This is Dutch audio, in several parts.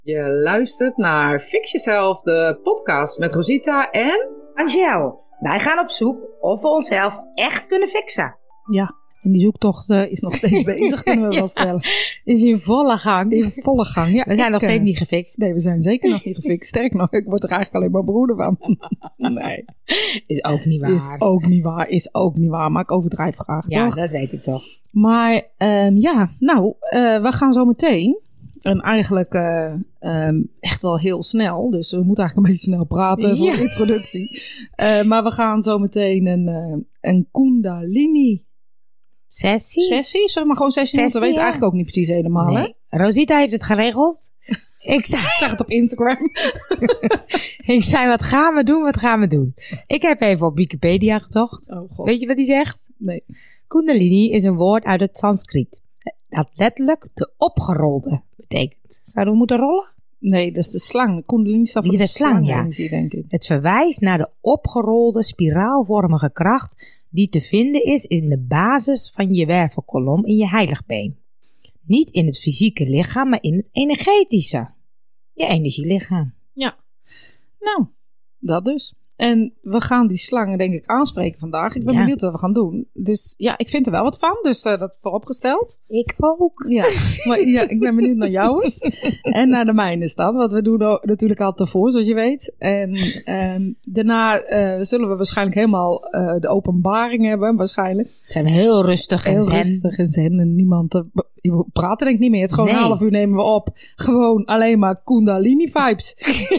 Je luistert naar Fix Jezelf, de podcast met Rosita en Angel. Wij gaan op zoek of we onszelf echt kunnen fixen. Ja, en die zoektocht is nog steeds bezig, kunnen we wel stellen. Is in volle gang. In volle gang, ja. We zijn nog steeds niet gefixt. Nee, we zijn zeker nog niet gefixt. Sterk nog, ik word er eigenlijk alleen maar broeder van. Nee. Is ook niet waar. Is ook niet waar. Maar ik overdrijf graag, ja, toch? Dat weet ik toch. Maar we gaan zo meteen. En eigenlijk echt wel heel snel. Dus we moeten eigenlijk een beetje snel praten voor de introductie. Maar we gaan zo meteen een Kundalini sessie. Zullen we maar gewoon sessie noemen? We weten eigenlijk ook niet precies helemaal. Nee. Hè? Rosita heeft het geregeld. Ik zag het op Instagram. Ik zei, wat gaan we doen? Ik heb even op Wikipedia gezocht. Oh, God. Weet je wat hij zegt? Nee. Kundalini is een woord uit het Sanskriet. Dat letterlijk de opgerolde betekent. Zouden we moeten rollen? Nee, dat is de slang. Kundalini staat voor de slang, ja. Denk ik. Het verwijst naar de opgerolde spiraalvormige kracht die te vinden is in de basis van je wervelkolom in je heiligbeen. Niet in het fysieke lichaam, maar in het energetische. Je energielichaam. Ja. Nou, dat dus. En we gaan die slangen denk ik aanspreken vandaag. Ik ben benieuwd wat we gaan doen. Dus ja, ik vind er wel wat van. Dus dat vooropgesteld. Ik ook. Ja, maar ja, ik ben benieuwd naar jou eens. En naar de mijne dan. Want we doen natuurlijk altijd ervoor, zoals je weet. En daarna zullen we waarschijnlijk helemaal de openbaring hebben. Waarschijnlijk. Zijn we heel rustig en zen. Rustig en zen. En niemand praten denk ik niet meer. Het is gewoon een half uur nemen we op. Gewoon alleen maar Kundalini vibes.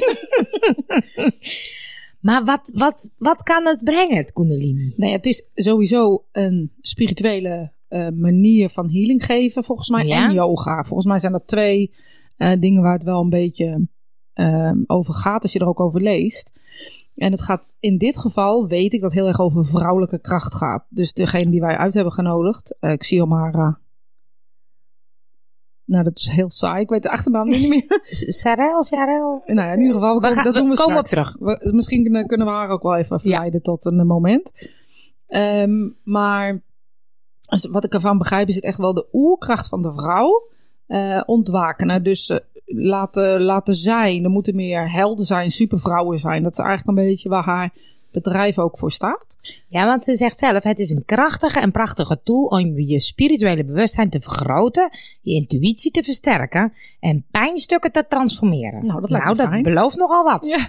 Maar wat kan het brengen, het Kundalini? Nee, het is sowieso een spirituele manier van healing geven, volgens mij. Ja? En yoga. Volgens mij zijn dat twee dingen waar het wel een beetje over gaat, als je er ook over leest. En het gaat in dit geval, weet ik, dat heel erg over vrouwelijke kracht gaat. Dus degene die wij uit hebben genodigd. Ik zie Omara. Nou, dat is heel saai. Ik weet de achternaam niet meer. Sarel. Nou ja, in ieder geval. Dat doen we komen op terug. Misschien kunnen we haar ook wel even verleiden tot een moment. Maar wat ik ervan begrijp is het echt wel de oerkracht van de vrouw ontwaken. Nou, dus laten zijn. Er moeten meer helden zijn, supervrouwen zijn. Dat is eigenlijk een beetje waar haar bedrijf ook voor staat. Ja, want ze zegt zelf, het is een krachtige en prachtige tool om je spirituele bewustzijn te vergroten, je intuïtie te versterken en pijnstukken te transformeren. Nou, dat belooft nogal wat. Ja.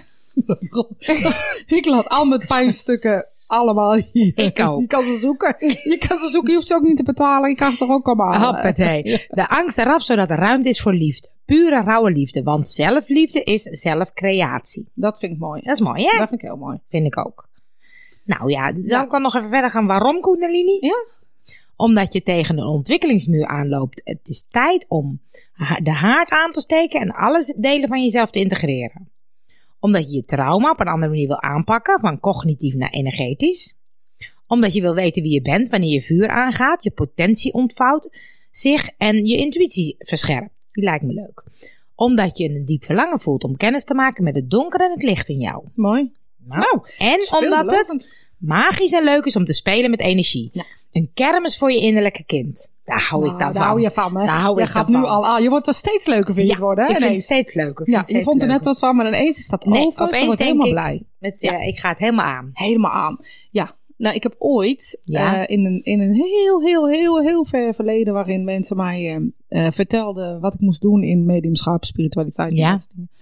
Ik laat al mijn pijnstukken allemaal hier. Ik ook. Je kan ze zoeken. Je hoeft ze ook niet te betalen. Je kan ze ook allemaal halen. Hoppatee. De angst eraf, zodat er ruimte is voor liefde. Pure, rauwe liefde. Want zelfliefde is zelfcreatie. Dat vind ik mooi. Dat is mooi, hè? Dat vind ik heel mooi. Vind ik ook. Nou ja, dan kan ik nog even verder gaan. Waarom Kundalini? Ja. Omdat je tegen een ontwikkelingsmuur aanloopt. Het is tijd om de haard aan te steken en alle delen van jezelf te integreren. Omdat je je trauma op een andere manier wil aanpakken, van cognitief naar energetisch. Omdat je wil weten wie je bent, wanneer je vuur aangaat, je potentie ontvouwt zich en je intuïtie verscherpt. Die lijkt me leuk. Omdat je een diep verlangen voelt om kennis te maken met het donker en het licht in jou. Mooi. Nou, en omdat het magisch en leuk is om te spelen met energie. Ja. Een kermis voor je innerlijke kind. Daar hou ik dan van. Daar hou je van, hè? Je gaat nu al aan. Je wordt er steeds leuker, vind je het worden, hè? Ik vind het steeds leuker. Je vond er net wat van, maar ineens is dat over. Opeens ze wordt helemaal blij. Ik ga het helemaal aan. Helemaal aan. Ja. Nou, ik heb ooit in een heel ver verleden, waarin mensen mij vertelden wat ik moest doen in mediumschap, spiritualiteit. Ja.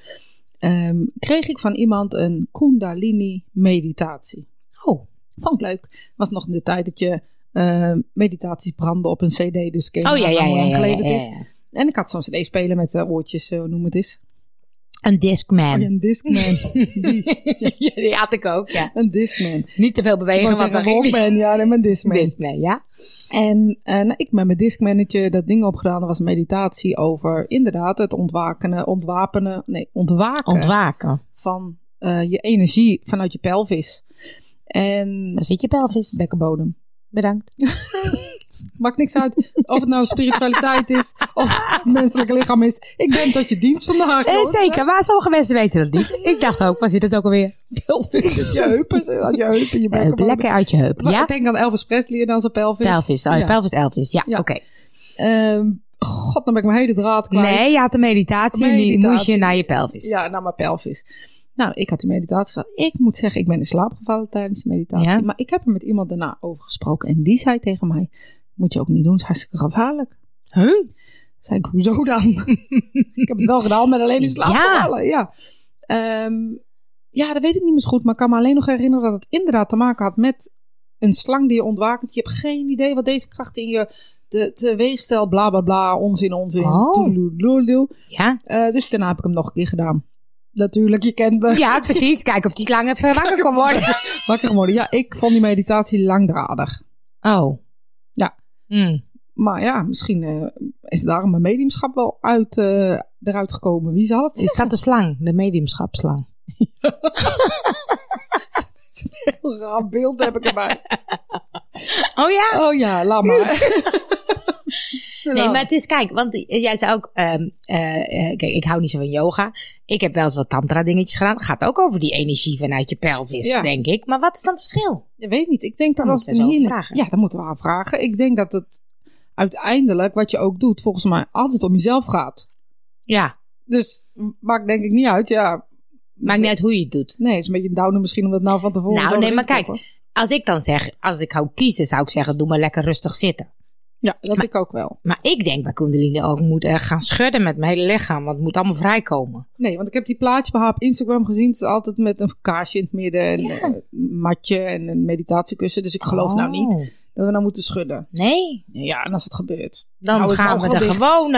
Kreeg ik van iemand een Kundalini meditatie. Oh. Vond ik leuk. Was nog in de tijd dat je meditaties brandden op een cd. Dus ja. En ik had zo'n cd spelen met oortjes, noem het eens. Een Discman. Een Discman. Die had ik ook, ja. Een Discman. Niet te veel bewegen, want dan ging ik... Ja, nee, mijn Discman. Discman, ja. En ik met mijn Discmannetje dat ding opgedaan. Dat was een meditatie over inderdaad het ontwaken van je energie vanuit je pelvis. En waar zit je pelvis? Bekkenbodem. Bedankt. Maakt niks uit of het nou spiritualiteit is of het menselijke lichaam is. Ik ben tot je dienst vandaag. Zeker, maar sommige mensen weten dat niet. Ik dacht ook, waar zit het ook alweer? Pelvis uit je heupen. Uit je heupen, je bekkenbodem. Lekker uit je heupen, ja. Ik denk aan Elvis Presley en dan zijn pelvis. Pelvis, pelvis Elvis, ja. Oké. God, dan ben ik mijn hele draad kwijt. Nee, je had de meditatie en die moest je naar je pelvis. Ja, naar mijn pelvis. Nou, ik had de meditatie gehad. Ik moet zeggen, ik ben in slaap gevallen tijdens de meditatie. Ja. Maar ik heb er met iemand daarna over gesproken. En die zei tegen mij, moet je ook niet doen, het is hartstikke gevaarlijk. Huh? Zei ik, hoezo dan? Ik heb het wel gedaan, maar alleen in slaap gevallen. Ja. Ja, dat weet ik niet meer zo goed. Maar ik kan me alleen nog herinneren dat het inderdaad te maken had met een slang die je ontwakent. Je hebt geen idee wat deze kracht in je teweegstel, bla bla bla, onzin. Oh. Ja. Dus daarna heb ik hem nog een keer gedaan. Natuurlijk, je kent me. Ja, precies. Kijken of die slang even wakker kon worden. Wakker geworden. Ja, ik vond die meditatie langdradig. Oh. Ja. Maar ja, misschien is daarom mijn mediumschap wel eruit gekomen. Wie zal het zeggen? Is dat de slang? De mediumschapslang? Een heel raar beeld heb ik erbij. Oh ja? Oh ja, laat maar. Nee, maar het is, kijk, want jij zei ook, kijk, ik hou niet zo van yoga. Ik heb wel eens wat tantra dingetjes gedaan. Het gaat ook over die energie vanuit je pelvis, denk ik. Maar wat is dan het verschil? Dat weet ik niet. Ik denk dat als het een healing... Ja, dat moeten we haar vragen. Ik denk dat het uiteindelijk, wat je ook doet, volgens mij altijd om jezelf gaat. Ja. Dus maakt denk ik niet uit, ja. Maakt niet uit hoe je het doet. Nee, het is een beetje een downer misschien om dat nou van tevoren Nou, nee, maar kijk, als ik dan zeg, als ik zou kiezen, zou ik zeggen, doe maar lekker rustig zitten. Ja, dat ik ook wel. Maar ik denk bij Kundalini ook, moet echt gaan schudden met mijn hele lichaam, want het moet allemaal vrijkomen. Nee, want ik heb die plaatje bij haar op Instagram gezien. Het is altijd met een kaarsje in het midden, een matje en een meditatiekussen. Dus ik geloof nou niet dat we nou moeten schudden. Nee? Ja, en als het gebeurt, dan gaan we er gewoon,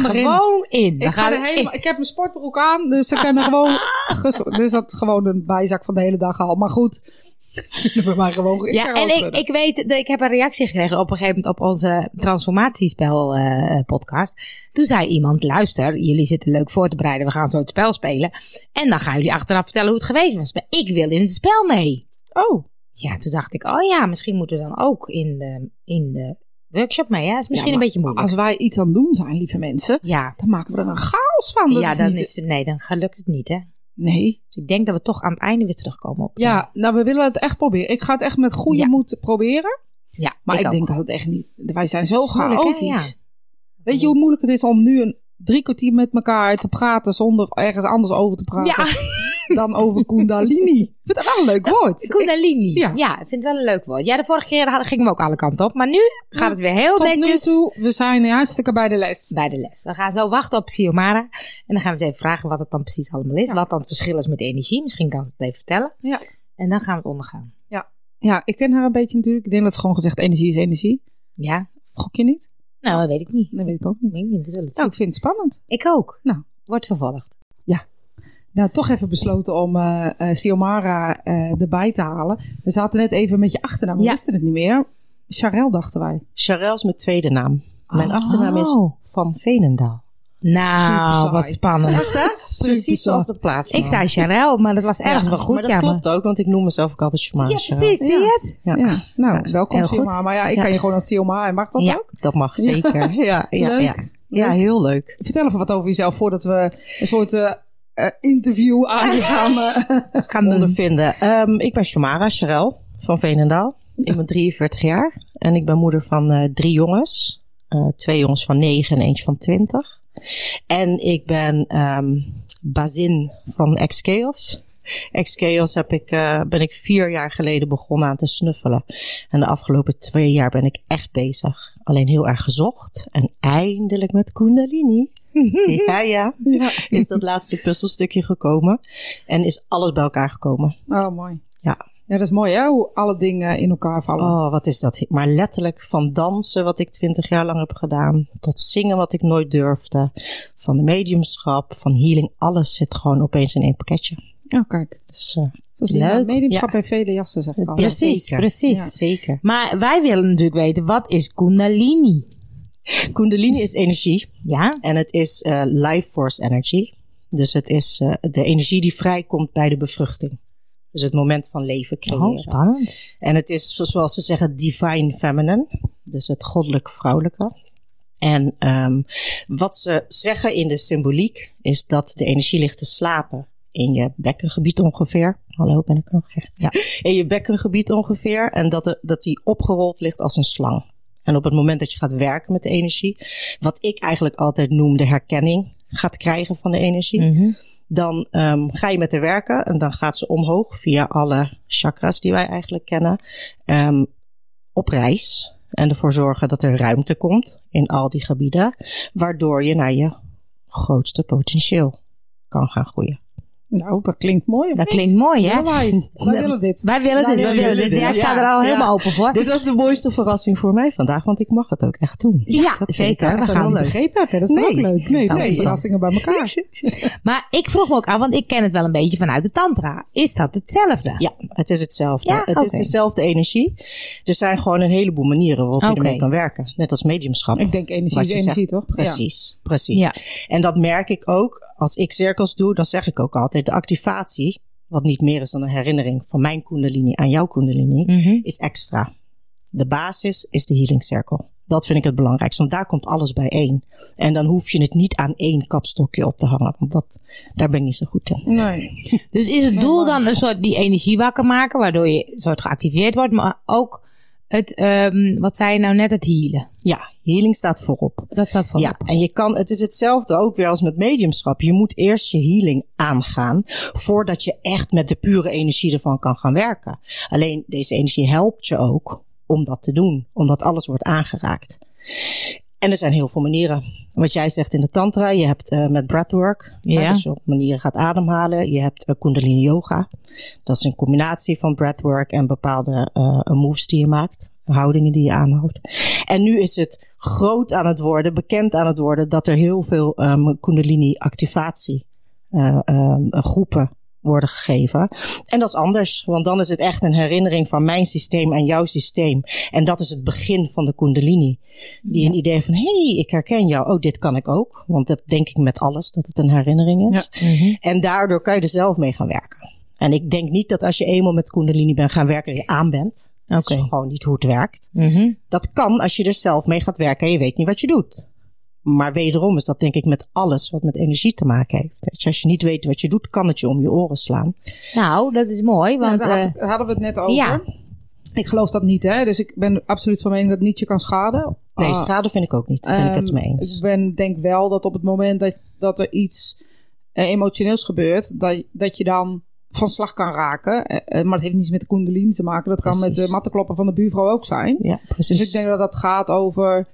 in. Ik heb mijn sportbroek aan, dus ik kan er gewoon... Dus dat gewoon een bijzak van de hele dag al. Maar goed... bij mij gewoon, ik weet, ik heb een reactie gekregen op een gegeven moment op onze transformatiespel podcast. Toen zei iemand, luister, jullie zitten leuk voor te bereiden, we gaan zo het spel spelen. En dan gaan jullie achteraf vertellen hoe het geweest was. Maar ik wil in het spel mee. Oh. Ja, toen dacht ik, misschien moeten we dan ook in de workshop mee. Ja, dat is misschien een beetje moeilijk. Als wij iets aan het doen zijn, lieve mensen, dan maken we er een chaos van. Dan lukt het niet, hè? Nee. Dus ik denk dat we toch aan het einde weer terugkomen op. Ja, nou, we willen het echt proberen. Ik ga het echt met goede moed proberen. Ja, maar ik denk dat het echt niet... Wij zijn zo chaotisch. Weet je hoe moeilijk het is om nu 3 kwartier met elkaar te praten zonder ergens anders over te praten dan over Kundalini? Ik vind dat wel een leuk woord. Kundalini. Ja, ik vind het wel een leuk woord. Ja, de vorige keer gingen we ook alle kanten op. Maar nu gaat het weer heel netjes. Tot nu toe, we zijn hartstikke bij de les. Bij de les. We gaan zo wachten op Xiomara. En dan gaan we eens even vragen wat het dan precies allemaal is. Ja. Wat dan het verschil is met energie. Misschien kan ze het even vertellen. Ja. En dan gaan we het ondergaan. Ja, ik ken haar een beetje natuurlijk. Ik denk dat ze gewoon gezegd energie is energie. Ja. Gok je niet? Nou, dat weet ik niet. Dat weet ik ook niet. We zullen het zien. Ik vind het spannend. Ik ook. Nou. Wordt vervolgd. Ja. Nou, toch even besloten om Xiomara erbij te halen. We zaten net even met je achternaam. We wisten het niet meer. Charel dachten wij. Charel is mijn tweede naam. Mijn achternaam is Van Veenendaal. Nou, wat spannend. Precies zoals de plaats. Ik zei Charel, maar dat was ergens wel goed. Maar dat klopt ook, want ik noem mezelf ook altijd Xiomara. Ja, precies. Zie je het? Ja. Nou, welkom Xiomara. Maar ik kan je gewoon als Xiomara. Mag dat ook? Dat mag zeker. Ja, heel leuk. Vertel even wat over jezelf voordat we een soort interview aan je gaan ondervinden. Ik ben Xiomara Charel van Veenendaal. Ik ben 43 jaar en ik ben moeder van 3 jongens. 2 jongens van 9 en eentje van 20. En ik ben bazin van X-Chaos. X-Chaos ben ik 4 jaar geleden begonnen aan te snuffelen. En de afgelopen 2 jaar ben ik echt bezig. Alleen heel erg gezocht. En eindelijk met Kundalini. Ja. Is dat laatste puzzelstukje gekomen. En is alles bij elkaar gekomen. Oh, mooi. Ja. Ja, dat is mooi hè, hoe alle dingen in elkaar vallen. Oh, wat is dat? Maar letterlijk van dansen, wat ik 20 jaar lang heb gedaan, tot zingen wat ik nooit durfde, van de mediumschap, van healing, alles zit gewoon opeens in 1 pakketje. Oh, kijk. Dus, leuk. Mediumschap en vele jassen, zeg ik al. Precies. Ja, zeker. Maar wij willen natuurlijk weten, wat is Kundalini? Kundalini is energie. Ja. En het is life force energy. Dus het is de energie die vrijkomt bij de bevruchting. Dus het moment van leven creëren. Oh, spannend. En het is, zoals ze zeggen, divine feminine. Dus het goddelijk vrouwelijke. En wat ze zeggen in de symboliek is dat de energie ligt te slapen in je bekkengebied ongeveer. Hallo, ben ik nog? Ja. In je bekkengebied ongeveer. En dat die opgerold ligt als een slang. En op het moment dat je gaat werken met de energie, wat ik eigenlijk altijd noem de herkenning gaat krijgen van de energie, dan ga je met haar werken en dan gaat ze omhoog via alle chakras die wij eigenlijk kennen, op reis en ervoor zorgen dat er ruimte komt in al die gebieden, waardoor je naar je grootste potentieel kan gaan groeien. Nou, dat klinkt mooi. Dat klinkt mooi, hè? Wij willen dit. Wij willen dit. Ja, ik sta er al helemaal open voor. Dit was de mooiste verrassing voor mij vandaag, want ik mag het ook echt doen. Ja, zeker. Dat gaan we begrepen hebben. Dat is ook leuk. Nee, twee verrassingen bij elkaar. Maar ik vroeg me ook aan, want ik ken het wel een beetje vanuit de tantra. Is dat hetzelfde? Ja, het is hetzelfde. Ja, het is dezelfde energie. Er zijn gewoon een heleboel manieren waarop je ermee kan werken. Net als mediumschap. Ik denk energie is energie, toch? Precies, precies. Ja. En dat merk ik ook. Als ik cirkels doe, dan zeg ik ook altijd, de activatie, wat niet meer is dan een herinnering van mijn kundalini aan jouw kundalini, is extra. De basis is de healing cirkel. Dat vind ik het belangrijkste, want daar komt alles bijeen. En dan hoef je het niet aan één kapstokje op te hangen, want daar ben ik niet zo goed in. Nee. Dus is het doel dan een soort die energie wakker maken, waardoor je een soort geactiveerd wordt, maar ook het, wat zei je nou net, het healen? Ja, healing staat voorop. Dat staat voorop. Ja, en je kan, het is hetzelfde ook weer als met mediumschap. Je moet eerst je healing aangaan voordat je echt met de pure energie ervan kan gaan werken. Alleen deze energie helpt je ook om dat te doen, omdat alles wordt aangeraakt. En er zijn heel veel manieren. Wat jij zegt in de tantra, je hebt met breathwork, dus je op manieren gaat ademhalen. Je hebt kundalini yoga. Dat is een combinatie van breathwork en bepaalde moves die je maakt. Houdingen die je aanhoudt. En nu is het groot aan het worden, bekend aan het worden, dat er heel veel kundalini activatie groepen worden gegeven. En dat is anders, want dan is het echt een herinnering van mijn systeem en jouw systeem. En dat is het begin van de kundalini. Die een idee van, hey, ik herken jou. Oh, dit kan ik ook. Want dat denk ik met alles, dat het een herinnering is. Ja. En daardoor kan je er zelf mee gaan werken. En ik denk niet dat als je eenmaal met kundalini bent gaan werken, je aan bent. Dat is gewoon niet hoe het werkt. Dat kan als je er zelf mee gaat werken en je weet niet wat je doet. Maar wederom is dat denk ik met alles wat met energie te maken heeft. Als je niet weet wat je doet, kan het je om je oren slaan. Nou, dat is mooi. Want daar hadden we het net over. Ja. Ik geloof dat niet, hè. Dus ik ben absoluut van mening dat het niet je kan schaden. Nee, schade vind ik ook niet. Daar ben ik het mee eens. Ik denk wel dat op het moment dat er iets emotioneels gebeurt, dat je dan van slag kan raken. Maar dat heeft niets met de kundalini te maken. Dat kan met de mattenkloppen van de buurvrouw ook zijn. Ja, precies. Dus ik denk dat dat gaat over,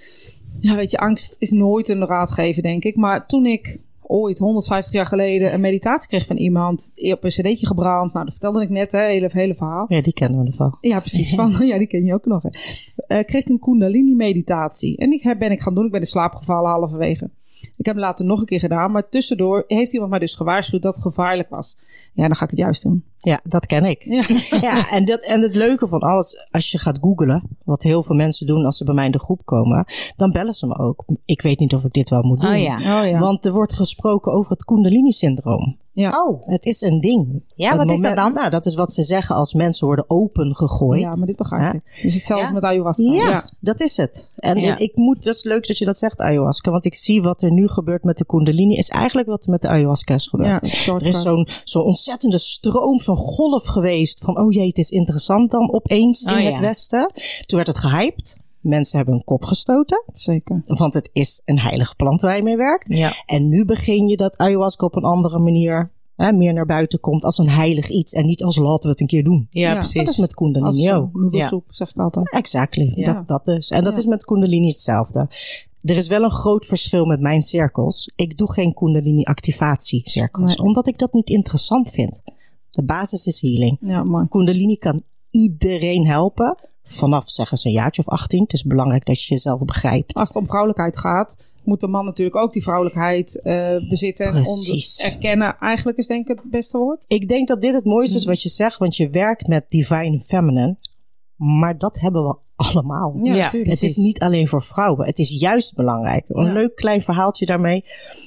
ja, weet je, angst is nooit een raadgever, denk ik. Maar toen ik ooit 150 jaar geleden een meditatie kreeg van iemand op een cd'tje gebrand. Nou, dat vertelde ik net, hè, hele verhaal. Ja, die kennen we ervan. Ja, precies. Ja, die ken je ook nog. Kreeg ik een kundalini meditatie. En die ben ik gaan doen. Ik ben in slaap gevallen halverwege. Ik heb hem later nog een keer gedaan. Maar tussendoor heeft iemand mij dus gewaarschuwd dat het gevaarlijk was. Ja, dan ga ik het juist doen. Ja, dat ken ik. Ja, en het leuke van alles, als je gaat googlen, wat heel veel mensen doen als ze bij mij in de groep komen, dan bellen ze me ook. Ik weet niet of ik dit wel moet doen. Oh ja. Want er wordt gesproken over het Kundalini-syndroom. Ja. Oh. Het is een ding. Ja, wat is dat dan? Nou, dat is wat ze zeggen als mensen worden opengegooid. Ja, maar dit begrijp ik. Het is hetzelfde met ayahuasca. Ja, dat is het. En dat is leuk dat je dat zegt, ayahuasca. Want ik zie wat er nu gebeurt met de Kundalini, is eigenlijk wat er met de ayahuasca is gebeurd. Ja, er is zo'n ontzettende stroom, zo'n golf geweest van, oh jee, het is interessant dan opeens in het Westen. Toen werd het gehyped. Mensen hebben hun kop gestoten. Zeker. Want het is een heilige plant waar je mee werkt. Ja. En nu begin je dat ayahuasca op een andere manier meer naar buiten komt als een heilig iets. En niet als laten we het een keer doen. Ja, precies. Dat is met Kundalini ook. Noedelsoep, zeg ik altijd. Exactly. Ja. Dat dus. En dat is met Kundalini hetzelfde. Er is wel een groot verschil met mijn cirkels. Ik doe geen Kundalini activatie cirkels. Nee. Omdat ik dat niet interessant vind. De basis is healing. Ja, mooi. Kundalini kan iedereen helpen. Vanaf, zeggen ze, een jaartje of 18. Het is belangrijk dat je jezelf begrijpt. Als het om vrouwelijkheid gaat, moet de man natuurlijk ook die vrouwelijkheid bezitten. Precies. En erkennen, eigenlijk is denk ik het beste woord. Ik denk dat dit het mooiste is wat je zegt. Want je werkt met Divine Feminine. Maar dat hebben we allemaal. Ja, natuurlijk. Het is niet alleen voor vrouwen. Het is juist belangrijk. Een leuk klein verhaaltje daarmee.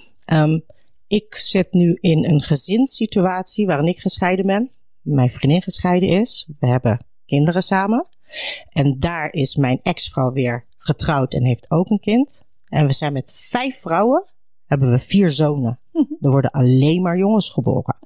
Ik zit nu in een gezinssituatie waarin ik gescheiden ben. Mijn vriendin gescheiden is. We hebben kinderen samen. En daar is mijn ex-vrouw weer getrouwd en heeft ook een kind. En we zijn met 5 vrouwen, hebben we 4 zonen. Er worden alleen maar jongens geboren.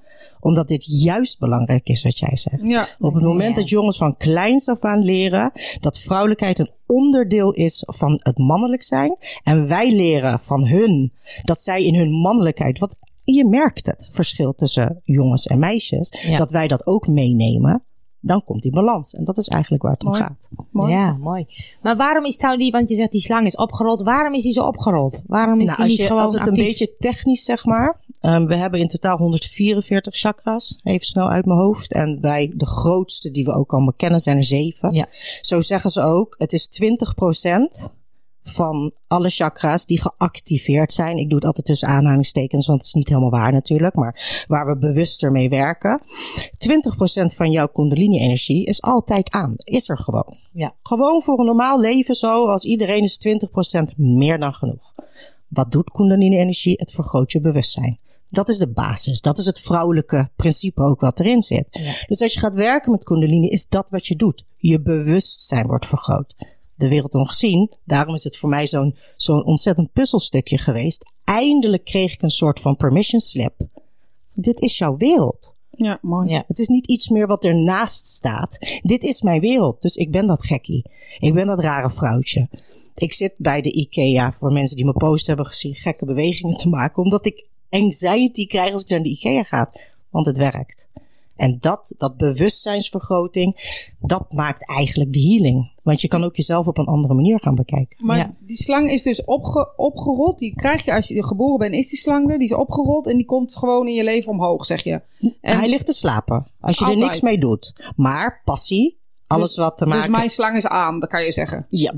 Omdat dit juist belangrijk is wat jij zegt. Ja. Op het moment dat jongens van kleins af aan leren dat vrouwelijkheid een onderdeel is van het mannelijk zijn. En wij leren van hun dat zij in hun mannelijkheid, wat je merkt het verschil tussen jongens en meisjes, dat wij dat ook meenemen. Dan komt die balans. En dat is eigenlijk waar het om gaat. Mooi. Ja, mooi. Maar waarom is nou want je zegt die slang is opgerold. Waarom is die zo opgerold? Waarom is die niet gewoon als het actief? een beetje technisch, zeg maar. We hebben in totaal 144 chakras. Even snel uit mijn hoofd. En bij de grootste die we ook al bekennen zijn er 7. Ja. Zo zeggen ze ook. Het is 20% van alle chakra's die geactiveerd zijn. Ik doe het altijd tussen aanhalingstekens, want het is niet helemaal waar natuurlijk. Maar waar we bewuster mee werken. 20% van jouw kundalini-energie is altijd aan. Is er gewoon. Ja. Gewoon voor een normaal leven zo. Als iedereen is 20% meer dan genoeg. Wat doet kundalini-energie? Het vergroot je bewustzijn. Dat is de basis. Dat is het vrouwelijke principe ook wat erin zit. Ja. Dus als je gaat werken met kundalini, is dat wat je doet. Je bewustzijn wordt vergroot. De wereld ongezien. Daarom is het voor mij zo'n ontzettend puzzelstukje geweest. Eindelijk kreeg ik een soort van permission slip. Dit is jouw wereld. Ja, mooi. Ja. Het is niet iets meer wat ernaast staat. Dit is mijn wereld. Dus ik ben dat gekkie. Ik ben dat rare vrouwtje. Ik zit bij de IKEA, voor mensen die mijn post hebben gezien, gekke bewegingen te maken. Omdat ik anxiety krijg als ik naar de IKEA ga. Want het werkt. En dat bewustzijnsvergroting, dat maakt eigenlijk de healing. Want je kan ook jezelf op een andere manier gaan bekijken. Maar die slang is dus opgerold. Die krijg je als je geboren bent, is die slang er. Die is opgerold en die komt gewoon in je leven omhoog, zeg je. En hij ligt te slapen. Als je er niks mee doet. Maar passie, alles wat te maken... Dus mijn slang is aan, dat kan je zeggen. Ja.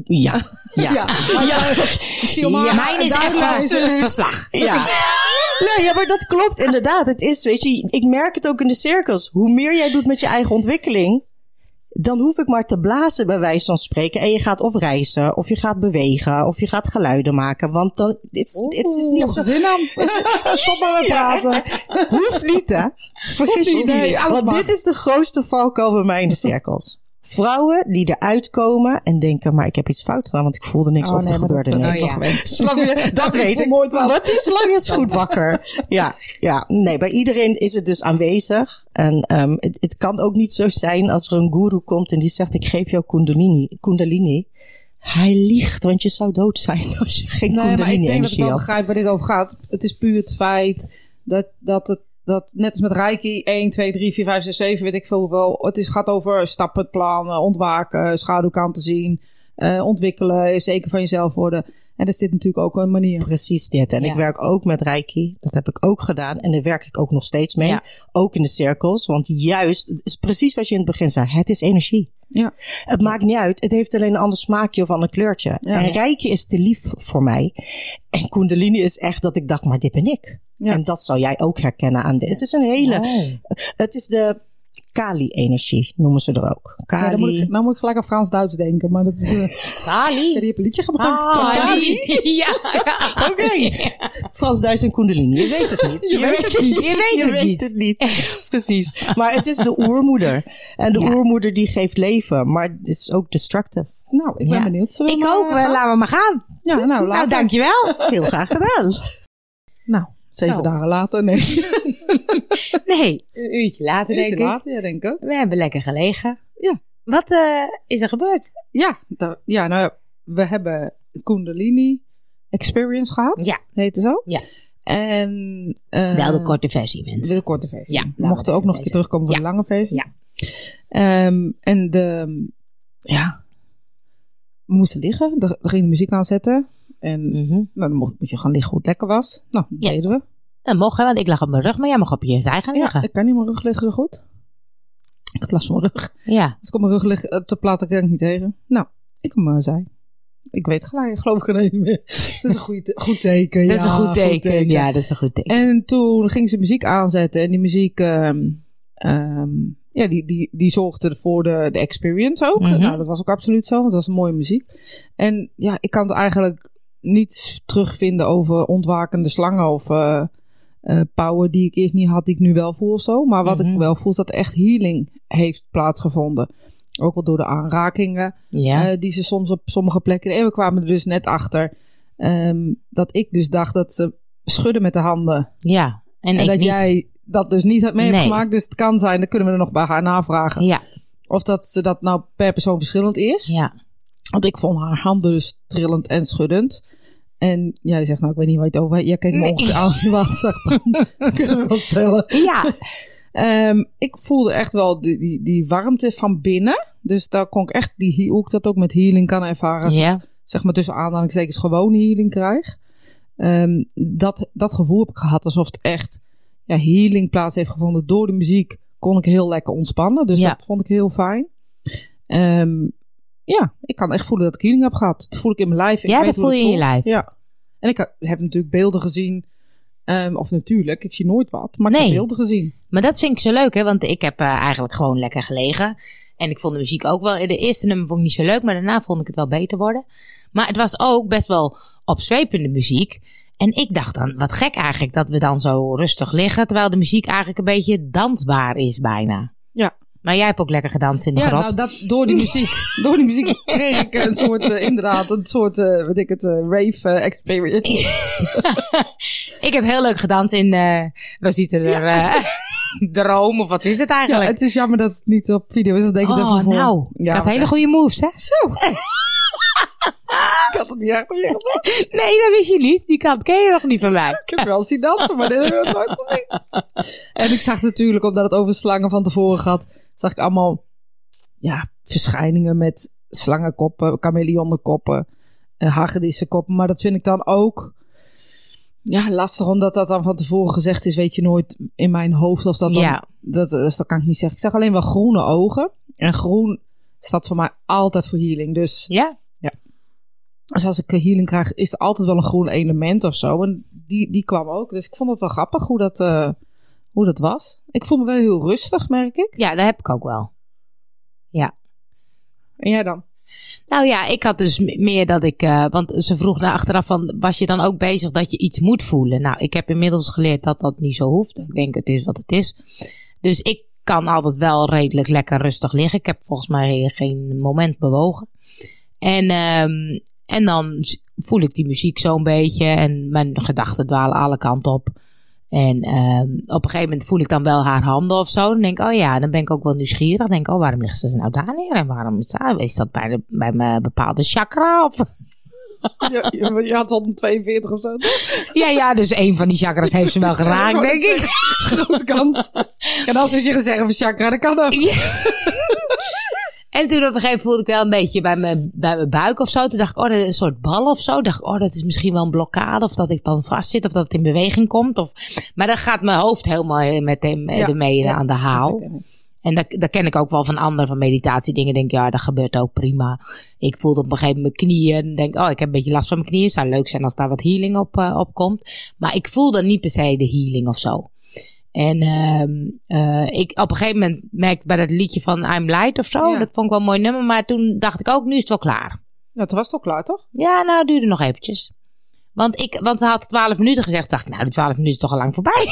Mijn is echt verslag. Ja. Nee, maar dat klopt inderdaad. Het is, weet je, ik merk het ook in de cirkels. Hoe meer jij doet met je eigen ontwikkeling, dan hoef ik maar te blazen bij wijze van spreken. En je gaat of reizen, of je gaat bewegen, of je gaat geluiden maken. Want dan, het is niet zo... Zin aan. Stop maar met praten. Hoeft niet, hè? Vergis je niet. Want dit is de grootste valkuil bij mij in de cirkels. Vrouwen die eruit komen en denken, maar ik heb iets fout gedaan, want ik voelde niks of er gebeurde niks. Snap je? Dat weet ik. Wat die slang is goed wakker. Ja. Nee, bij iedereen is het dus aanwezig. En het kan ook niet zo zijn als er een guru komt en die zegt, ik geef jou kundalini. Hij liegt, want je zou dood zijn als je geen kundalini-energie had. Maar ik denk dat ik wel begrijp waar dit over gaat. Het is puur het feit dat net als met Reiki 1, 2, 3, 4, 5, 6, 7, weet ik veel hoeveel. Het gaat over stappenplannen, ontwaken, schaduwkanten zien, ontwikkelen, zeker van jezelf worden. En is dit natuurlijk ook een manier. Precies dit. En ik werk ook met Reiki. Dat heb ik ook gedaan. En daar werk ik ook nog steeds mee. Ja. Ook in de cirkels. Want juist, het is precies wat je in het begin zei. Het is energie. Ja. Het maakt niet uit. Het heeft alleen een ander smaakje of een ander kleurtje. Ja. En Reiki is te lief voor mij. En Kundalini is echt dat ik dacht, maar dit ben ik. Ja. En dat zal jij ook herkennen aan dit. Het is een hele... Het is de Kali-energie, noemen ze er ook. Kali. Ja, nou moet ik gelijk aan Frans-Duits denken, maar dat is... Kali? Ja, die heb een liedje gebruikt. Kali. Ja. Oké. Frans-Duits en Kundalini. Je weet het niet. Je weet het niet. Precies. Maar het is de oermoeder. En de oermoeder die geeft leven, maar het is ook destructive. Nou, ik ben benieuwd. Ik ook. Laten we maar gaan. Ja, nou, dankjewel. Heel graag gedaan. Nou, 7 dagen later, nee. Nee, een uurtje later denk ik. Denk ik. We hebben lekker gelegen. Ja. Wat is er gebeurd? Nou, we hebben Kundalini Experience gehad. Ja. Heet het zo? Ja. En... wel de korte versie, mensen. De korte versie. Ja. We mochten ook nog een keer terugkomen voor de lange versie. Ja. En we moesten liggen. Er ging de muziek aanzetten. En dan moest je gaan liggen hoe het lekker was. Nou, dat deden we. Dat mocht, want ik lag op mijn rug, maar jij mag op je zij gaan liggen. Ik kan niet op mijn rug liggen zo goed. Ik heb last van mijn rug. Ja. Als ik op mijn rug lig te platen, kan ik niet tegen. Nou, ik op mijn zij. Ik weet gelijk, geloof ik er niet meer. Dat is een goed teken. Dat is een goed teken. Ja, dat is een goed teken. En toen ging ze muziek aanzetten. En die muziek, die zorgde voor de experience ook. Nou, dat was ook absoluut zo. Want het was een mooie muziek. En ja, ik kan het eigenlijk niet terugvinden over ontwakende slangen of power die ik eerst niet had, die ik nu wel voel of zo. Maar wat ik wel voel is dat echt healing heeft plaatsgevonden. Ook wel door de aanrakingen die ze soms op sommige plekken... En we kwamen er dus net achter dat ik dus dacht dat ze schudden met de handen. Ja, en ik dat niet. jij dat dus niet mee heeft gemaakt. Dus het kan zijn, dan kunnen we er nog bij haar navragen. Ja. Of dat ze dat nou per persoon verschillend is. Ja. Want ik vond haar handen dus trillend en schuddend. En jij zegt, nou, ik weet niet waar je het over hebt. Jij kijkt me ongeveer aan wat zeg. Kunnen we wel stellen. Ja. Ik voelde echt wel die warmte van binnen. Dus daar kon ik echt hoe ik dat ook met healing kan ervaren. Als ik, zeg maar tussen aanhalingstekens gewoon healing krijg. Dat gevoel heb ik gehad alsof het echt healing plaats heeft gevonden. Door de muziek kon ik heel lekker ontspannen. Dus dat vond ik heel fijn. Ik kan echt voelen dat ik healing heb gehad. Dat voel ik in mijn lijf. Dat voel je in je lijf. Ja. En ik heb natuurlijk beelden gezien. Of natuurlijk, ik zie nooit wat. Maar ik heb beelden gezien. Maar dat vind ik zo leuk, hè. Want ik heb eigenlijk gewoon lekker gelegen. En ik vond de muziek ook wel... De eerste nummer vond ik niet zo leuk. Maar daarna vond ik het wel beter worden. Maar het was ook best wel opzwepende muziek. En ik dacht dan, wat gek eigenlijk... dat we dan zo rustig liggen... terwijl de muziek eigenlijk een beetje dansbaar is bijna. Ja. Maar jij hebt ook lekker gedanst in de grot. Ja, nou, door die muziek. Door die muziek kreeg ik een soort, rave experience. Ik heb heel leuk gedanst in Rosita Droom, of wat is het eigenlijk? Ja, het is jammer dat het niet op video is. Dus denk ik even voor. Nou, ik had hele goede moves, hè? Zo. Ik had het niet echt gezegd. Nee, dat wist je niet. Die kant ken je nog niet van mij. Ik heb wel zien dansen, maar dit heb ik nooit gezien. En ik zag natuurlijk, omdat het over slangen van tevoren gaat, zag ik allemaal verschijningen met slangenkoppen, chameleonenkoppen, hagedissenkoppen. Maar dat vind ik dan ook lastig, omdat dat dan van tevoren gezegd is. Weet je nooit in mijn hoofd of dat dan... Dus dat kan ik niet zeggen. Ik zag alleen wel groene ogen. En groen staat voor mij altijd voor healing. Dus ja. Dus als ik healing krijg, is er altijd wel een groen element of zo. En die kwam ook. Dus ik vond het wel grappig hoe dat was. Ik voel me wel heel rustig, merk ik. Ja, dat heb ik ook wel. Ja. En jij dan? Nou ja, ik had dus meer dat ik... want ze vroeg naar achteraf van... was je dan ook bezig dat je iets moet voelen? Nou, ik heb inmiddels geleerd dat dat niet zo hoeft. Ik denk, het is wat het is. Dus ik kan altijd wel redelijk lekker rustig liggen. Ik heb volgens mij geen moment bewogen. En dan voel ik die muziek zo'n beetje. En mijn gedachten dwalen alle kanten op. En op een gegeven moment voel ik dan wel haar handen of zo. Dan denk ik, dan ben ik ook wel nieuwsgierig. Dan denk ik, waarom ligt ze nou daar neer? En waarom is dat bij mijn bepaalde chakra? Of... Je had 142 of zo, toch? Ja, dus een van die chakras heeft ze wel geraakt, denk ik. Grote kans. En als je gezegd van chakra, dat kan ook. En toen op een gegeven moment voelde ik wel een beetje bij mijn buik of zo. Toen dacht ik, dat is een soort bal of zo. Dacht ik, dat is misschien wel een blokkade. Of dat ik dan vast zit. Of dat het in beweging komt. Maar dan gaat mijn hoofd helemaal met ermee aan de haal. En dat ken ik ook wel van andere van meditatiedingen. Denk dat gebeurt ook prima. Ik voelde op een gegeven moment mijn knieën. Denk, ik heb een beetje last van mijn knieën. Zou leuk zijn als daar wat healing op komt. Maar ik voelde niet per se de healing of zo. En ik op een gegeven moment merkte bij dat liedje van I'm Light of zo. Ja. Dat vond ik wel een mooi nummer. Maar toen dacht ik ook, nu is het wel klaar. Ja, toen was het al klaar, toch? Ja, nou, het duurde nog eventjes. Want ze had 12 minuten gezegd. Dacht ik, nou, die 12 minuten is toch al lang voorbij.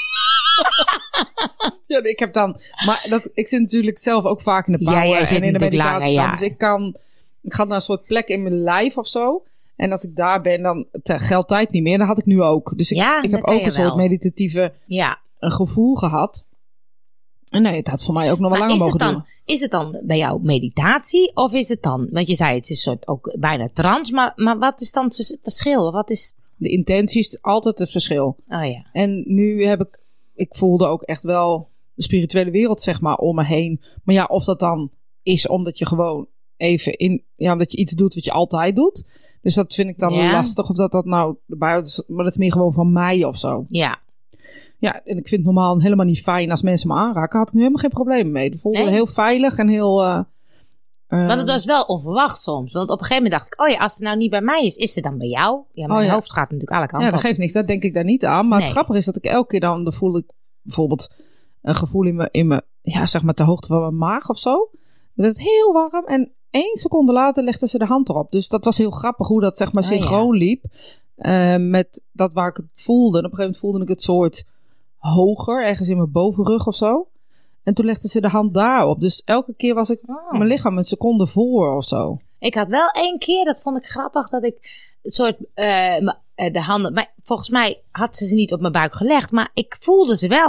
Ja, ik heb dan... Maar ik zit natuurlijk zelf ook vaak in de power en in de meditatie. Langer, Dus ik ga naar een soort plek in mijn lijf of zo. En als ik daar ben, dan geldt tijd niet meer. Dat had ik nu ook. Dus ik heb ook een soort meditatieve gevoel gehad. En nee, het had voor mij ook nog wel langer mogen duren. Is het dan bij jou meditatie? Of is het dan... Want je zei, het is een soort ook bijna trance. Maar wat is dan het verschil? Wat is... De intentie is altijd het verschil. Oh ja. En nu ik voelde ook echt wel de spirituele wereld, zeg maar, om me heen. Maar ja, of dat dan is omdat je gewoon even omdat je iets doet wat je altijd doet. Dus dat vind ik dan lastig. Of dat nou erbij is. Maar dat is meer gewoon van mij of zo. Ja. Ja, en ik vind het normaal helemaal niet fijn als mensen me aanraken. Had ik nu helemaal geen probleem mee. Ik voelde heel veilig en heel... Want het was wel onverwacht soms. Want op een gegeven moment dacht ik, als het nou niet bij mij is ze dan bij jou? Ja, mijn hoofd gaat natuurlijk alle kanten op. Ja, dat geeft niks. Dat denk ik daar niet aan. Maar het grappige is dat ik elke keer dan voel ik bijvoorbeeld een gevoel in me, zeg maar ter hoogte van mijn maag of zo. Dan werd het heel warm en 1 seconde later legde ze de hand erop. Dus dat was heel grappig hoe dat zeg maar synchroon liep. Met dat waar ik het voelde. En op een gegeven moment voelde ik het soort hoger, ergens in mijn bovenrug of zo. En toen legde ze de hand daarop. Dus elke keer was ik mijn lichaam een seconde voor of zo. Ik had wel 1 keer, dat vond ik grappig, dat ik een soort de handen... Maar volgens mij had ze niet op mijn buik gelegd, maar ik voelde ze wel.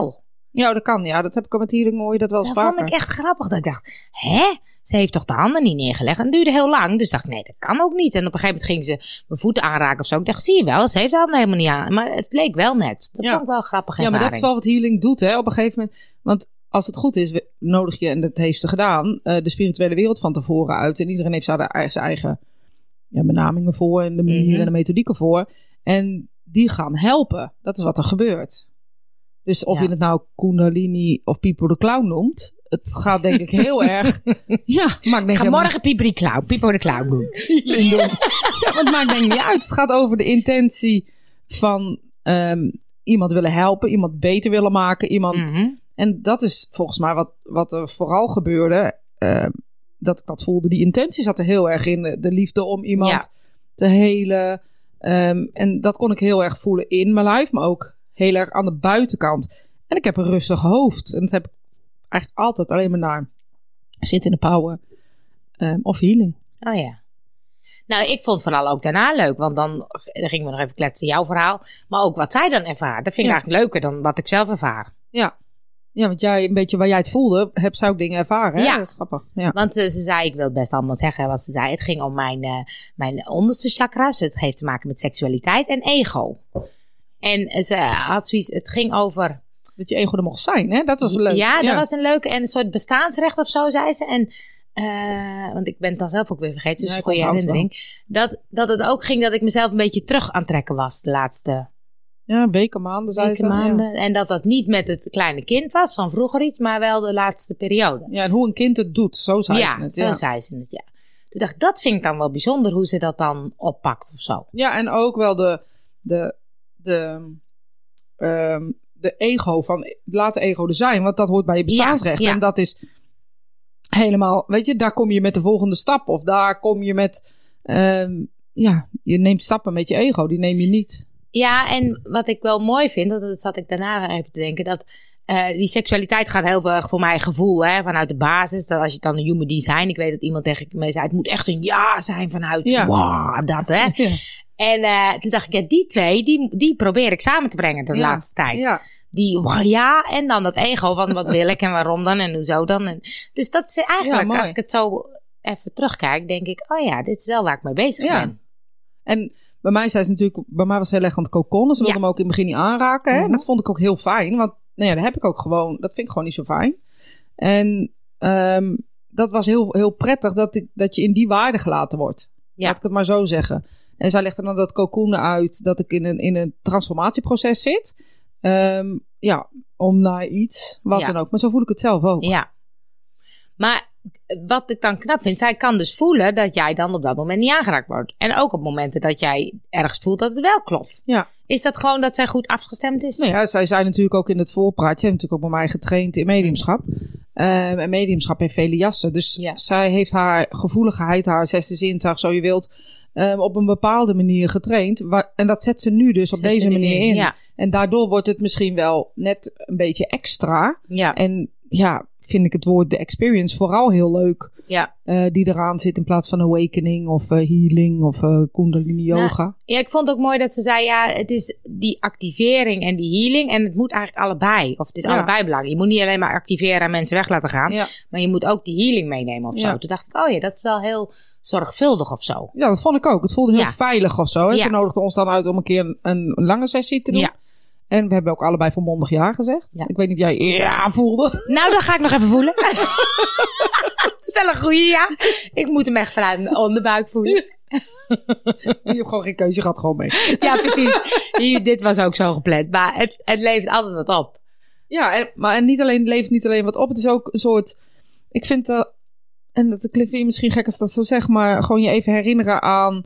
Ja, dat kan. Ja, dat heb ik al met healing hoor je dat wel eens Dat vaker. vond ik echt grappig. Dat ik dacht, ze heeft toch de handen niet neergelegd. En het duurde heel lang. Dus dacht ik, nee, dat kan ook niet. En op een gegeven moment ging ze mijn voeten aanraken of zo. Ik dacht, zie je wel, ze heeft de handen helemaal niet aan. Maar het leek wel net. Dat vond ik wel grappig. Ja, maar dat is wel wat healing doet, hè, op een gegeven moment. Want als het goed is, nodig je, en dat heeft ze gedaan, de spirituele wereld van tevoren uit. En iedereen heeft daar zijn eigen benamingen voor en de manieren en de methodieken voor. En die gaan helpen. Dat is wat er gebeurt. Dus of je het nou Kundalini of Pipo de Clown noemt, het gaat denk ik heel erg. Ja, maar ik ga morgen Pipo de Clown doen. Ja, maar het maakt denk ik niet uit. Het gaat over de intentie van iemand willen helpen, iemand beter willen maken, iemand. En dat is volgens mij wat er vooral gebeurde. Dat ik dat voelde. Die intentie zat er heel erg in. De liefde om iemand te helen. En dat kon ik heel erg voelen in mijn lijf, maar ook heel erg aan de buitenkant. En ik heb een rustig hoofd. En dat heb ik eigenlijk altijd alleen maar naar zitten in de power of healing. Oh ja. Nou, ik vond vooral ook daarna leuk. Want dan gingen we nog even kletsen jouw verhaal. Maar ook wat zij dan ervaart. Dat vind ik eigenlijk leuker dan wat ik zelf ervaar. Ja. Ja, want jij een beetje waar jij het voelde, heb zij ook dingen ervaren. Hè? Ja. Dat is grappig. Ja. Want ze zei, ik wil het best allemaal zeggen wat ze zei. Het ging om mijn onderste chakras. Het heeft te maken met seksualiteit en ego. En ze had zoiets, het ging over... Dat je ego er mocht zijn, hè? Dat was leuk. Ja, dat was een leuke en een soort bestaansrecht of zo, zei ze. En, want ik ben het dan zelf ook weer vergeten, dus een goede herinnering. Dat het ook ging dat ik mezelf een beetje terug aan het trekken was de laatste... Ja, weken, maanden, zei ze. Ja. En dat niet met het kleine kind was van vroeger iets, maar wel de laatste periode. Ja, en hoe een kind het doet, zo zei ze het. Ja, zo zei ze het, ja. Toen dacht ik, dat vind ik dan wel bijzonder hoe ze dat dan oppakt of zo. Ja, en ook wel de ego van, laat de ego er zijn, want dat hoort bij je bestaansrecht. Ja. En dat is helemaal, weet je, daar kom je met de volgende stap. Of daar kom je met, je neemt stappen met je ego, die neem je niet. Ja, en wat ik wel mooi vind, dat zat ik daarna even te denken, dat die seksualiteit gaat heel erg voor mijn gevoel, hè, vanuit de basis. Dat als je het dan een human design, ik weet dat iemand tegen me zei, het moet echt een ja zijn vanuit, wow, dat hè. Ja. En toen dacht ik, ja, die twee, die probeer ik samen te brengen de laatste tijd. Ja. Die en dan dat ego van wat wil ik en waarom dan en hoezo dan. En, dus dat vind eigenlijk, als ik het zo even terugkijk, denk ik, oh ja, dit is wel waar ik mee bezig ben. En bij mij zei ze natuurlijk, bij mij was heel erg aan het kokonnen. Ze wilde hem ook in het begin niet aanraken. Hè? Dat vond ik ook heel fijn. Want dat heb ik ook gewoon, dat vind ik gewoon niet zo fijn. En dat was heel, heel prettig dat je in die waarde gelaten wordt. Ja. Laat ik het maar zo zeggen. En zij legde dan dat kokonnen uit, dat ik in een transformatieproces zit. Om naar iets, wat dan ook. Maar zo voel ik het zelf ook. Ja. Maar wat ik dan knap vind, zij kan dus voelen dat jij dan op dat moment niet aangeraakt wordt. En ook op momenten dat jij ergens voelt dat het wel klopt. Ja. Is dat gewoon dat zij goed afgestemd is? Nou ja, zij zei natuurlijk ook in het voorpraatje, heeft natuurlijk ook bij mij getraind in mediumschap. En mediumschap heeft vele jassen. Dus zij heeft haar gevoeligheid, haar zesde zintuig, zo je wilt, op een bepaalde manier getraind. En dat zet ze nu dus op deze manier in. Ja. En daardoor wordt het misschien wel net een beetje extra. Ja. En vind ik het woord de experience vooral heel leuk. Ja. Die eraan zit in plaats van awakening of healing of kundalini yoga. Nou, ja, ik vond het ook mooi dat ze zei, het is die activering en die healing en het moet eigenlijk allebei. Of het is allebei belangrijk. Je moet niet alleen maar activeren en mensen weg laten gaan. Ja. Maar je moet ook die healing meenemen of zo. Toen dacht ik, dat is wel heel zorgvuldig of zo. Ja, dat vond ik ook. Het voelde heel veilig of zo. Hè? Ze nodigden ons dan uit om een keer een lange sessie te doen. Ja. En we hebben ook allebei volmondig ja gezegd. Ja. Ik weet niet of jij ja voelde. Nou, dan ga ik nog even voelen. Het is wel een goeie ja. Ik moet hem echt vanuit mijn onderbuik voelen. Je hebt gewoon geen keuze, je gaat gewoon mee. Ja, precies. Dit was ook zo gepland. Maar het levert altijd wat op. Ja, maar levert niet alleen wat op. Het is ook een soort... Ik vind dat... En dat klinkt je misschien gek als dat zo zeg, maar gewoon je even herinneren aan...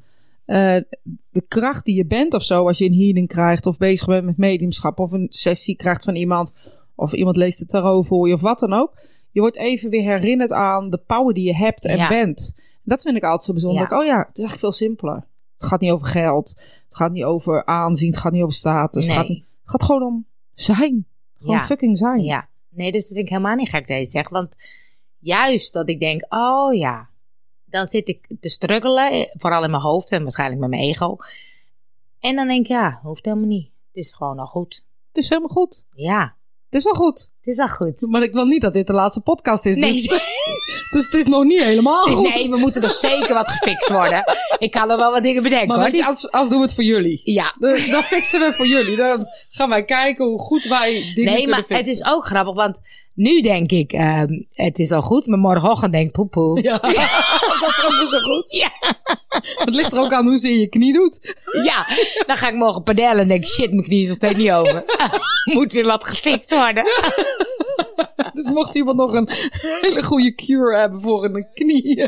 de kracht die je bent of zo als je een healing krijgt of bezig bent met mediumschap of een sessie krijgt van iemand of iemand leest het tarot voor je of wat dan ook. Je wordt even weer herinnerd aan de power die je hebt en bent. Dat vind ik altijd zo bijzonder. Het is eigenlijk veel simpeler. Het gaat niet over geld. Het gaat niet over aanzien. Het gaat niet over status. Nee. Het gaat gewoon om zijn. Gewoon fucking zijn. Ja. Nee, dus dat vind ik helemaal niet gek dat je het zegt. Want juist dat ik denk, dan zit ik te struggelen, vooral in mijn hoofd en waarschijnlijk met mijn ego. En dan denk ik, hoeft helemaal niet. Het is gewoon al goed. Het is helemaal goed. Ja. Het is wel goed. Het is al goed. Maar ik wil niet dat dit de laatste podcast is. Nee. Dus het is nog niet helemaal goed. Nee, we moeten nog zeker wat gefixt worden. Ik kan er wel wat dingen bedenken. Maar hoor. weet je, als doen we het voor jullie. Ja. Dus dan fixen we voor jullie. Dan gaan wij kijken hoe goed wij dingen kunnen fixen. Nee, maar het is ook grappig, want nu denk ik, het is al goed. Maar morgenochtend denk ik, poepoe. Ja, dat is ook niet zo goed. Ja. Het ligt er ook aan hoe ze in je knie doet. Ja, dan ga ik morgen padellen en denk shit, mijn knie is nog steeds niet over. Moet weer wat gefixt worden. Dus mocht iemand nog een hele goede cure hebben voor een knie.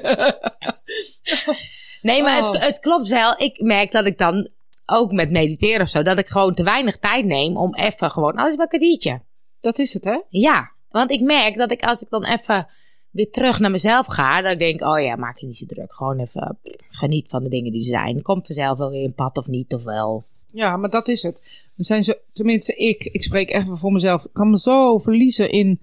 Nee, maar het klopt wel. Ik merk dat ik dan ook met mediteren of zo, dat ik gewoon te weinig tijd neem om even gewoon, alles maar een kwartiertje. Dat is het, hè? Ja, want ik merk dat als ik dan even weer terug naar mezelf ga, dan denk ik, oh ja, maak je niet zo druk. Gewoon even geniet van de dingen die zijn. Komt vanzelf wel weer in pad of niet, of wel. Ja, maar dat is het. We zijn zo, tenminste ik spreek echt voor mezelf. Ik kan me zo verliezen in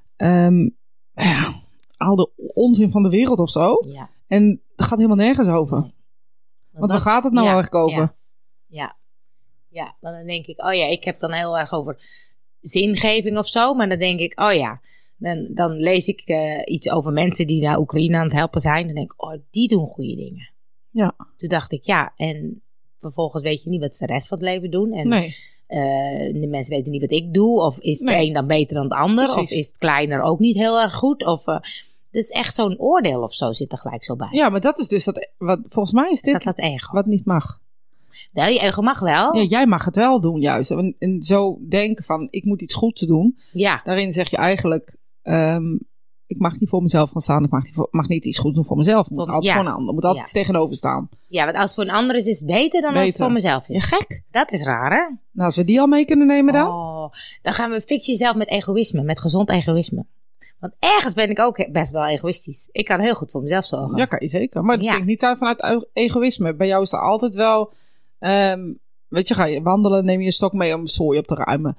al de onzin van de wereld of zo. Ja. En dat gaat helemaal nergens over. Nee. Want waar gaat het nou eigenlijk over? Ja, want dan denk ik, oh ja, ik heb dan heel erg over zingeving of zo. Maar dan denk ik, oh ja, dan lees ik iets over mensen die naar Oekraïne aan het helpen zijn. Dan denk ik, oh, die doen goede dingen. Ja. Toen dacht ik, ja, en vervolgens weet je niet wat ze de rest van het leven doen. En Nee. de mensen weten niet wat ik doe. Of is het een dan beter dan het ander? Precies. Of is het kleiner ook niet heel erg goed? Of dat is echt zo'n oordeel of zo zit er gelijk zo bij. Ja, maar dat is dus volgens mij is dit Dat ego. wat niet mag. Wel, je ego mag wel. Ja, jij mag het wel doen juist. En zo denken van, ik moet iets goeds doen. Ja. Daarin zeg je eigenlijk, ik mag niet voor mezelf gaan staan. Ik mag niet iets goeds doen voor mezelf. Ik moet altijd voor een ander. Ik moet altijd iets tegenover staan. Ja, want als het voor een ander is het beter dan als het voor mezelf is. Ja, gek. Dat is raar, hè? Nou, als we die al mee kunnen nemen dan. Oh, dan gaan we fix jezelf met egoïsme. Met gezond egoïsme. Want ergens ben ik ook best wel egoïstisch. Ik kan heel goed voor mezelf zorgen. Ja, kan je zeker. Maar dat vind ik niet vanuit egoïsme. Bij jou is er altijd wel... weet je, ga je wandelen, neem je een stok mee om zooi op te ruimen.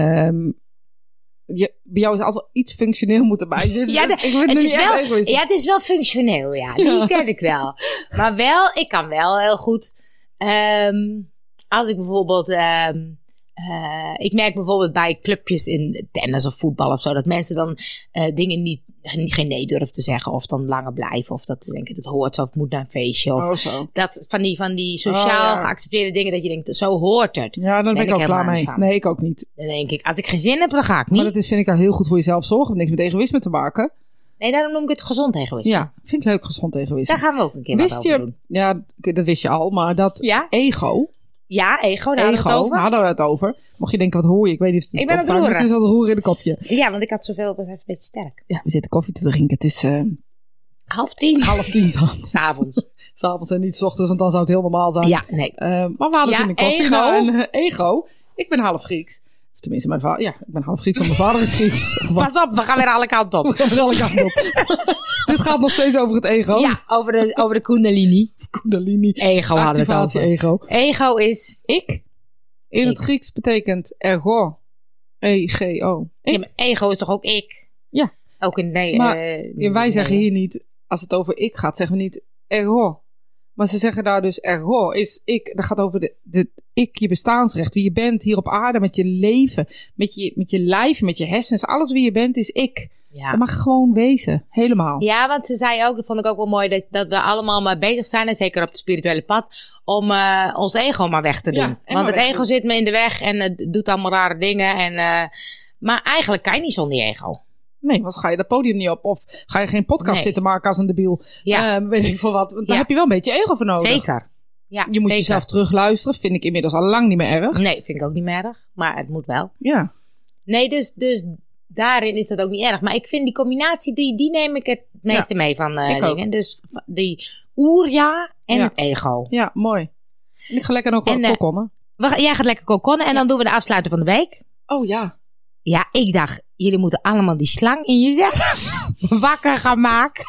Bij jou is altijd iets functioneel moeten bij zitten. Ja, dus het is wel functioneel, ja. Die ken ik wel. Maar wel, ik kan wel heel goed... als ik bijvoorbeeld... ik merk bijvoorbeeld bij clubjes in tennis of voetbal of zo... dat mensen dan dingen geen nee durven te zeggen... of dan langer blijven... of dat ze denken dat hoort zo of moet naar een feestje... of zo. Dat van die sociaal geaccepteerde dingen... dat je denkt, zo hoort het. Ja, dan ben ik ook klaar mee. Van. Nee, ik ook niet. Dan denk ik, als ik geen zin heb, dan ga ik niet. Maar dat vind ik al heel goed voor jezelf zorgen... heeft niks met egoïsme te maken. Nee, daarom noem ik het gezond egoïsme. Ja, vind ik leuk, gezond egoïsme. Daar gaan we ook een keer wat over doen. Ja, dat wist je al, maar dat ego... Ja, ego, daar hadden we het over. Mocht je denken, wat hoor je? Ik weet niet of het ik ben aan het roeren. Misschien is dat roeren in de kopje. Ja, want ik had zoveel, was even een beetje sterk. Ja, we zitten koffie te drinken. Het is 9:30. 9:30 s'avonds. S'avonds en niet 's ochtends, want dan zou het heel normaal zijn. Ja, nee. Maar we hadden zin in koffie. Ego. Ego. Ik ben half Grieks. Of tenminste, mijn vader. Ja, ik ben half Grieks, want mijn vader is Grieks. Pas op, we gaan weer alle kanten op. Dit gaat nog steeds over het ego. Ja, over de kundalini. Kundalini. Ego hadden we het over. Ego. Ego is... Ik. In het Grieks betekent ergo. E-G-O. Ja, maar ego is toch ook ik? Ja. Ook in wij zeggen hier niet, als het over ik gaat, zeggen we niet ergo. Maar ze zeggen daar dus ergo is ik. Dat gaat over de ik, je bestaansrecht. Wie je bent hier op aarde met je leven. Met je lijf, met je hersens. Alles wie je bent is ik. Ja. Dat mag gewoon wezen. Helemaal. Ja, want ze zei ook, dat vond ik ook wel mooi, dat we allemaal maar bezig zijn, en zeker op het spirituele pad, om ons ego maar weg te doen. Ja, want het ego zit me in de weg en het doet allemaal rare dingen. Maar eigenlijk kan je niet zonder je ego. Nee, want ga je dat podium niet op of ga je geen podcast zitten maken als een debiel. Ja. Weet ik veel wat. Daar heb je wel een beetje ego voor nodig. Zeker. Ja, je moet jezelf terugluisteren. Vind ik inmiddels al lang niet meer erg. Nee, vind ik ook niet meer erg. Maar het moet wel. Ja. Nee, dus daarin is dat ook niet erg. Maar ik vind die combinatie, die neem ik het meeste mee van dingen. Ook. Dus die oerja en het ego. Ja, mooi. En ik ga lekker ook kokonnen. Jij gaat lekker kokonnen en dan doen we de afsluiter van de week. Oh ja. Ja, ik dacht, jullie moeten allemaal die slang in jezelf wakker gaan maken.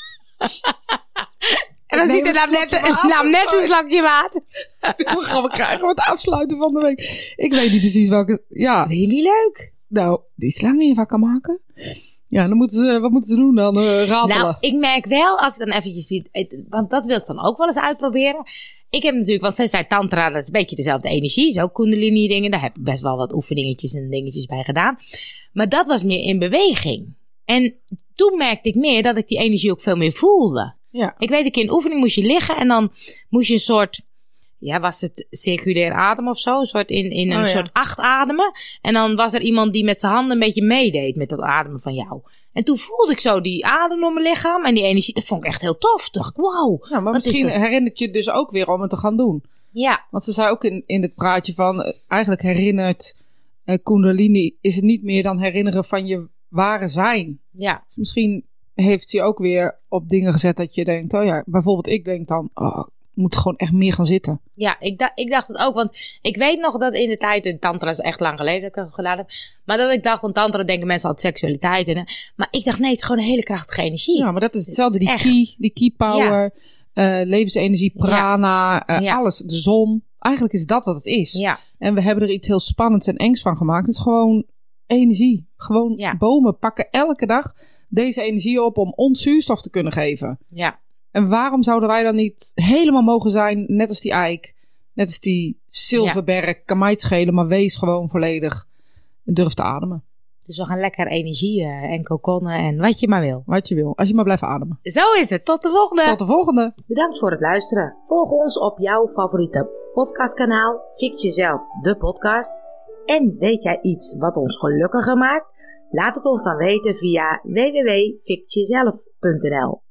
En dan ziet er net een slakje water. Hoe gaan we krijgen met het afsluiten van de week? Ik weet niet precies welke... Ja. Heel leuk. Nou, die slang in je wakker maken. Ja, dan wat moeten ze doen dan? Ratelen? Nou, ik merk wel, als ik dan eventjes ziet, want dat wil ik dan ook wel eens uitproberen. Ik heb natuurlijk, want zij zei tantra, dat is een beetje dezelfde energie. Is ook kundalini dingen. Daar heb ik best wel wat oefeningetjes en dingetjes bij gedaan. Maar dat was meer in beweging. En toen merkte ik meer dat ik die energie ook veel meer voelde. Ja. Ik weet, een keer in oefening moest je liggen en dan moest je een soort, was het circulair ademen of zo? Een soort in een soort 8 ademen. En dan was er iemand die met zijn handen een beetje meedeed met dat ademen van jou. En toen voelde ik zo die adem door mijn lichaam en die energie. Dat vond ik echt heel tof. Dacht ik, wauw. Ja, maar misschien herinnert je het dus ook weer om het te gaan doen. Ja. Want ze zei ook in het praatje van, eigenlijk herinnert Kundalini, is het niet meer dan herinneren van je ware zijn. Ja. Dus misschien heeft ze ook weer op dingen gezet dat je denkt, bijvoorbeeld ik denk dan, ik moet gewoon echt meer gaan zitten. Ja, ik dacht het ook. Want ik weet nog dat in de tijd, tantra is echt lang geleden dat ik het gedaan heb. Maar dat ik dacht, van tantra denken mensen altijd seksualiteit. Maar ik dacht, nee, het is gewoon een hele krachtige energie. Ja, maar dat is hetzelfde. Die ki power, levensenergie, prana, alles. De zon. Eigenlijk is dat wat het is. Ja. En we hebben er iets heel spannends en engs van gemaakt. Het is gewoon energie. Gewoon bomen pakken elke dag deze energie op om ons zuurstof te kunnen geven. Ja. En waarom zouden wij dan niet helemaal mogen zijn, net als die eik, net als die zilverberg, kan mij het schelen, maar wees gewoon volledig en durf te ademen. Dus we gaan lekker energie en kokonnen en wat je maar wil. Wat je wil, als je maar blijft ademen. Zo is het, tot de volgende. Tot de volgende. Bedankt voor het luisteren. Volg ons op jouw favoriete podcastkanaal, Fix Jezelf, de podcast. En weet jij iets wat ons gelukkiger maakt? Laat het ons dan weten via www.fixjezelf.nl.